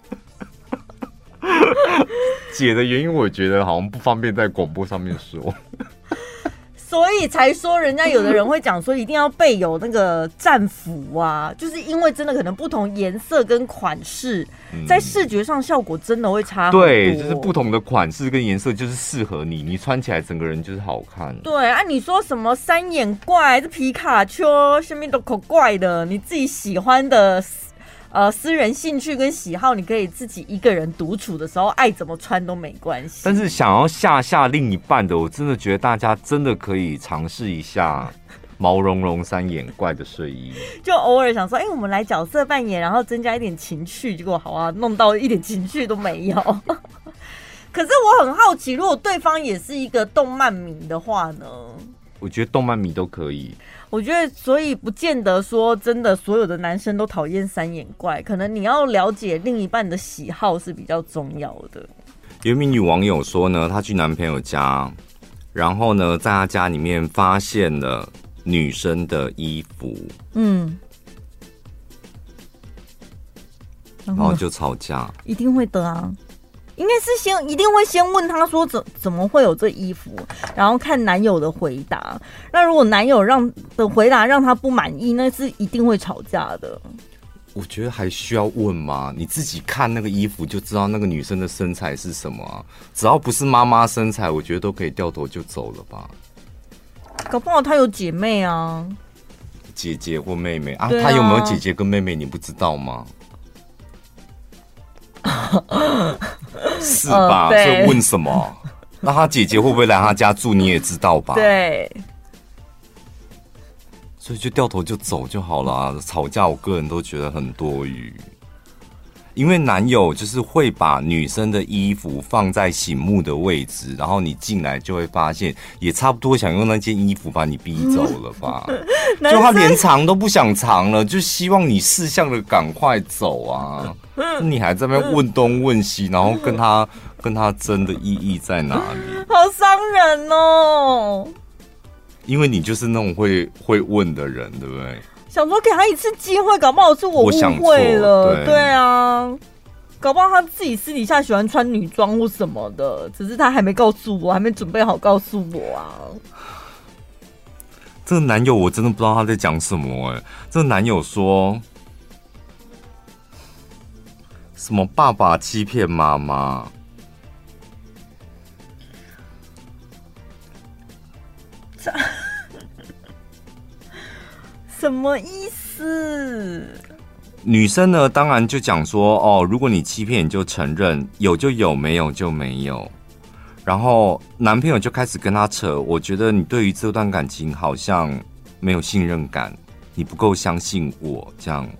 解的原因，我觉得好像不方便在广播上面说。 所以才说，人家有的人会讲说，一定要备有那个战服啊，就是因为真的可能不同颜色跟款式，在视觉上效果真的会差很多。 对，就是不同的款式跟颜色，就是适合你，你穿起来整个人就是好看。 对啊，你说什么三眼怪、这皮卡丘，下面都可怪的，你自己喜欢的。私人兴趣跟喜好，你可以自己一个人独处的时候，爱怎么穿都没关系。 但是想要吓另一半的，我真的觉得大家真的可以尝试一下毛茸茸三眼怪的睡衣。 就偶尔想说，我们来角色扮演，然后增加一点情趣，结果好啊，弄到一点情趣都没有。可是我很好奇，如果对方也是一个动漫迷的话呢？ 我觉得动漫迷都可以。 我觉得，所以不见得说真的，所有的男生都讨厌三眼怪，可能你要了解另一半的喜好是比较重要的。 有一名女网友说呢，她去男朋友家，然后呢，在他家里面发现了女生的衣服，然后就吵架， 一定会的啊。应该是一定会先问他说怎么会有这衣服，然后看男友的回答。那如果男友的回答让他不满意，那是一定会吵架的。 我觉得还需要问吗？你自己看那个衣服就知道那个女生的身材是什么啊。只要不是妈妈身材，我觉得都可以掉头就走了吧。 搞不好她有姐妹啊， 姐姐或妹妹啊，她有没有姐姐跟妹妹你不知道吗？是吧？所以问什么？那他姐姐会不会来他家住？你也知道吧？ 对。 所以就掉头就走就好了啊。吵架，我个人都觉得很多余。因为男友就是会把女生的衣服放在醒目的位置，然后你进来就会发现，也差不多想用那件衣服把你逼走了吧？就他连藏都不想藏了，就希望你识相的赶快走啊！你还在那边问东问西，然后跟他争的意义在哪里？ 好伤人哦！ 因为你就是那种会问的人，对不对？ 想说给他一次机会，搞不好是我误会了。对啊， 搞不好他自己私底下喜欢穿女装或什么的，只是他还没告诉我，还没准备好告诉我啊。 这个男友我真的不知道他在讲什么这个男友说什么爸爸欺骗妈妈， 什么意思？ 女生呢，当然就讲说哦，如果你欺骗，你就承认，有就有，没有就没有。然后男朋友就开始跟他扯，我觉得你对于这段感情好像没有信任感，你不够相信我这样。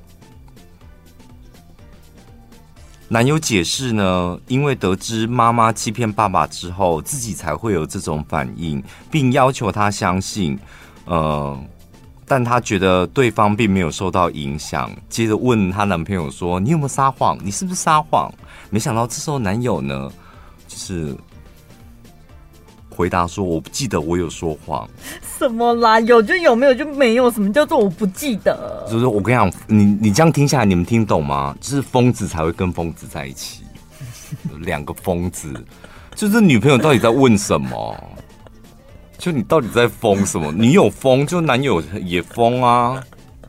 男友解释呢，因为得知妈妈欺骗爸爸之后，自己才会有这种反应，并要求他相信。但她觉得对方并没有受到影响，接着问她男朋友说：“你有没有撒谎？你是不是撒谎？”没想到这时候男友呢，就是回答说：“我不记得我有说谎。” 什么啦？有就有，没有就没有。什么叫做我不记得？ 就是我跟你讲，你这样听下来，你们听懂吗？就是疯子才会跟疯子在一起，两个疯子，就是女朋友到底在问什么？就你到底在疯什么？你有疯，就男友也疯啊。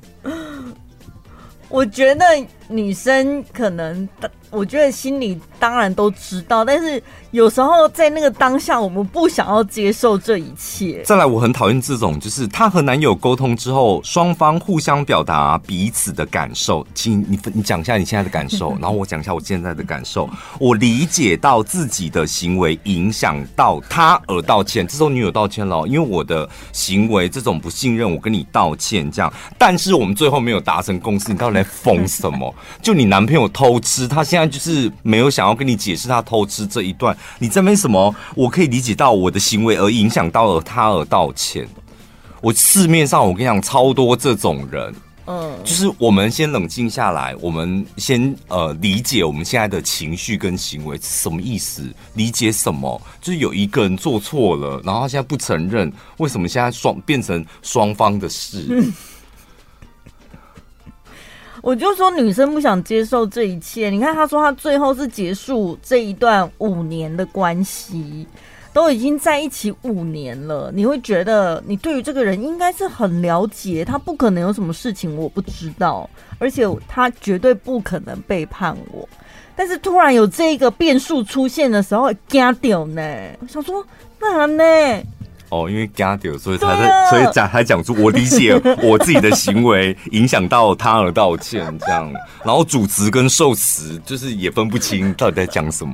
我觉得女生可能，我觉得心里当然都知道，但是有时候在那个当下，我们不想要接受这一切。 再来，我很讨厌这种，就是她和男友沟通之后，双方互相表达彼此的感受。请你讲一下你现在的感受，然后我讲一下我现在的感受。我理解到自己的行为影响到他而道歉，这时候女友道歉了，因为我的行为这种不信任，我跟你道歉这样。但是我们最后没有达成共识，你到底在疯什么？就你男朋友偷吃，他现在就是没有想要跟你解释他偷吃这一段，你这边什么？我可以理解到我的行为而影响到了他而道歉。我市面上我跟你讲超多这种人，就是我们先冷静下来，我们先理解我们现在的情绪跟行为是什么意思，理解什么？就是有一个人做错了，然后他现在不承认，为什么现在变成双方的事？ 我就说女生不想接受这一切。你看，她说她最后是结束这一段5年的关系，都已经在一起5年了。你会觉得你对于这个人应该是很了解，他不可能有什么事情我不知道，而且他绝对不可能背叛我。但是突然有这个变数出现的时候，惊掉呢，我想说那呢？ 哦，因为加丢，所以才讲出我理解我自己的行为影响到他而道歉这样，然后主词跟受词就是也分不清到底在讲什么，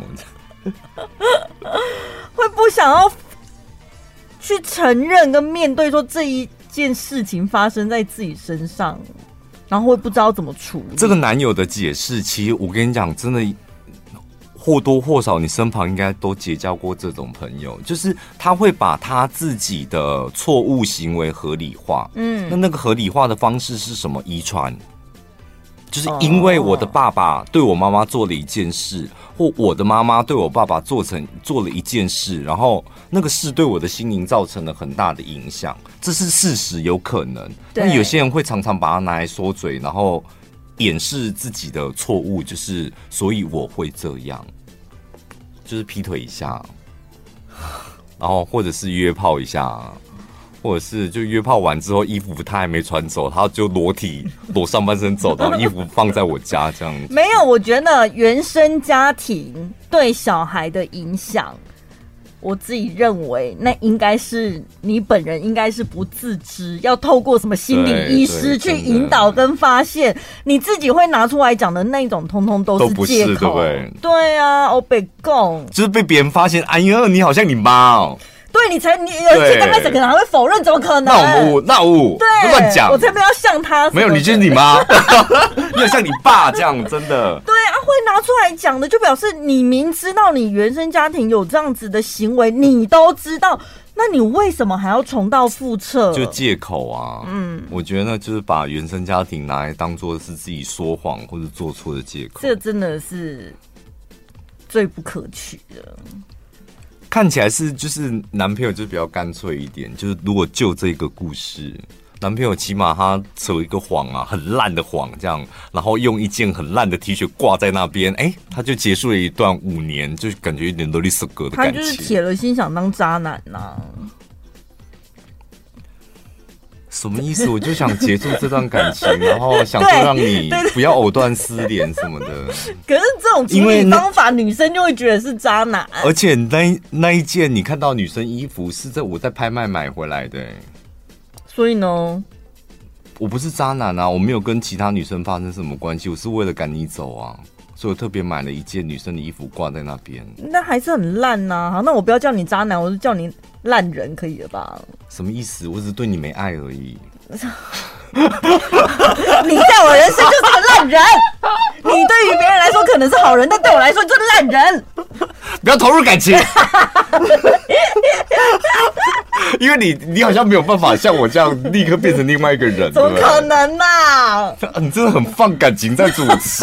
会不想要去承认跟面对说这一件事情发生在自己身上，然后会不知道怎么处理。 这个男友的解释，其实我跟你讲，真的。或多或少，你身旁应该都结交过这种朋友，就是他会把他自己的错误行为合理化。那个合理化的方式是什么？遗传，就是因为我的爸爸对我妈妈做了一件事，或我的妈妈对我爸爸做了一件事，然后那个事对我的心灵造成了很大的影响，这是事实，有可能。但有些人会常常把它拿来说嘴，然后掩饰自己的错误，就是所以我会这样。就是劈腿一下，然后或者是约炮一下，或者是就约炮完之后衣服他还没穿走，他就裸上半身走，然后衣服放在我家这样子。 没有，我觉得原生家庭对小孩的影响，我自己认为那应该是你本人应该是不自知，要透过什么心理医师去引导跟发现，你自己会拿出来讲的那种，通通都是借口， 对不对？ 对啊，我被供， 就是被别人发现，哎呀，你好像你妈哦。 对，你有些刚开始可能还会否认，怎么可能？ 那我对乱讲， 我才不要像他。 没有，你就是你妈，你好像你爸这样，真的。 对啊，会拿出来讲的，就表示你明知道你原生家庭有这样子的行为，你都知道，那你为什么还要重蹈覆辙？ 就借口啊。我觉得就是把原生家庭拿来当做是自己说谎或者做错的借口， 这真的是最不可取的。 看起来是就是男朋友就比较干脆一点，就是如果就这个故事， 男朋友起码他扯一个谎啊，很烂的谎这样，然后用一件很烂的 T 恤挂在那边，他就结束了一段5年，就感觉有点啰里嗦嗦的感情。 他就是铁了心想当渣男呐。 什么意思？我就想结束这段感情，然后想说让你不要藕断丝连什么的。 可是这种处理方法，女生就会觉得是渣男。 而且那一件你看到女生衣服是我在拍卖买回来的。 所以呢， 我不是渣男啊，我没有跟其他女生发生什么关系，我是为了赶你走啊，所以我特别买了一件女生的衣服挂在那边。 那还是很烂呐。好，那我不要叫你渣男，我就叫你烂人，可以了吧？ 什么意思？我只是对你没爱而已。 你在我人生就是个烂人，你对于别人来说可能是好人，但对我来说就是烂人。 不要投入感情，因为你好像没有办法像我这样立刻变成另外一个人。 怎么可能啊？ 你真的很放感情在主持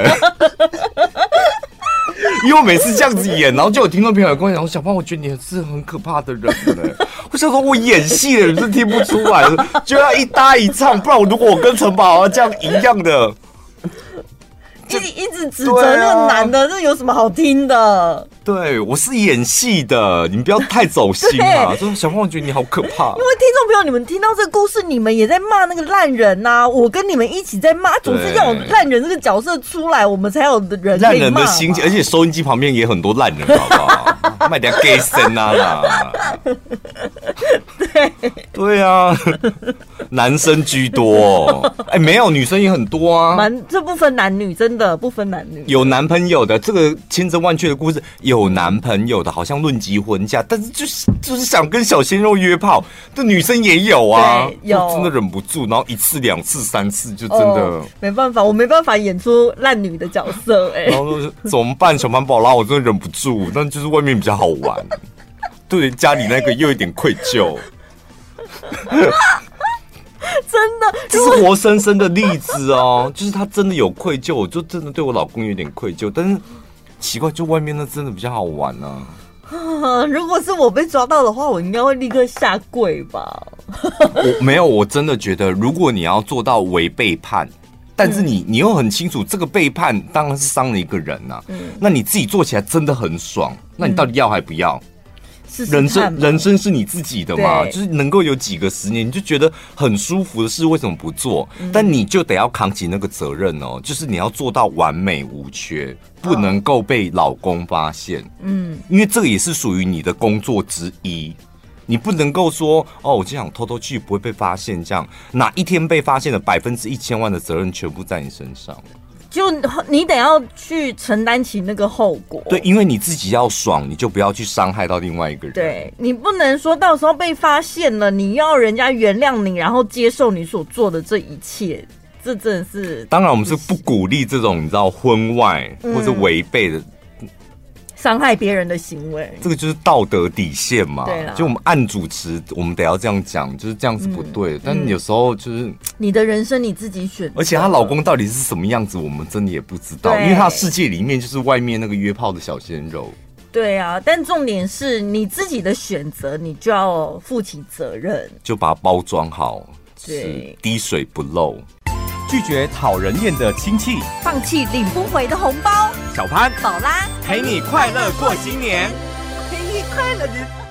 因为我每次这样子演，然后就有听众朋友跟我讲，小胖，我觉得你是很可怕的人我想说，我演戏的人是听不出来的，就要一搭一唱，不然如果我跟陈宝这样一样的， 一直指责那个男的，这有什么好听的？ 对，我是演戏的，你们不要太走心啊！就是小胖，我觉得你好可怕。 因为听众朋友，你们听到这个故事，你们也在骂那个烂人呐、我跟你们一起在骂，总是要有烂人这个角色出来，我们才有人可以骂。烂人的心情，而且收音机旁边也很多烂人，好不好？卖点 gay 声啊啦。对啊，男生居多。没有，女生也很多啊。 这不分男女，真的不分男女。 有男朋友的，这个千真万确的故事，有男朋友的，好像论及婚嫁，但是就是想跟小鲜肉约炮，这女生也有啊，有真的忍不住，然后1次、2次、3次，就真的、 没办法，我没办法演出烂女的角色然后说怎么办？小潘宝拉，我真的忍不住，但就是外面比较好玩，对家里那个又有点愧疚。 真的， 这是活生生的例子哦，就是他真的有愧疚，我就真的对我老公有点愧疚，但是奇怪，就外面那真的比较好玩啊。 如果是我被抓到的话，我应该会立刻下跪吧。 我真的觉得，如果你要做到违背叛，但是你又很清楚这个背叛当然是伤了一个人啊，那你自己做起来真的很爽，那你到底要还不要？人生是你自己的嘛，就是能够有几个10年，你就觉得很舒服的事，为什么不做？但你就得要扛起那个责任哦，就是你要做到完美无缺，不能够被老公发现。因为这个也是属于你的工作之一，你不能够说我就想偷偷去不会被发现，这样哪一天被发现了，1000万的责任全部在你身上。 就你得要去承担起那个后果。 对，因为你自己要爽，你就不要去伤害到另外一个人。 对，你不能说到时候被发现了，你要人家原谅你，然后接受你所做的这一切，这真的是…… 当然，我们是不鼓励这种你知道婚外或者违背的。 伤害别人的行为， 这个就是道德底线嘛。 对啦， 就我们按主持，我们得要这样讲，就是这样是不对的。但有时候就是你的人生你自己选择， 而且她老公到底是什么样子，我们真的也不知道，因为她世界里面就是外面那个约炮的小鲜肉。 对啊，但重点是你自己的选择，你就要负起责任， 就把它包装好， 对， 滴水不漏。 拒绝讨人厌的亲戚， 放弃领不回的红包。 小潘、 宝拉陪你快乐过新年， 陪你快乐的。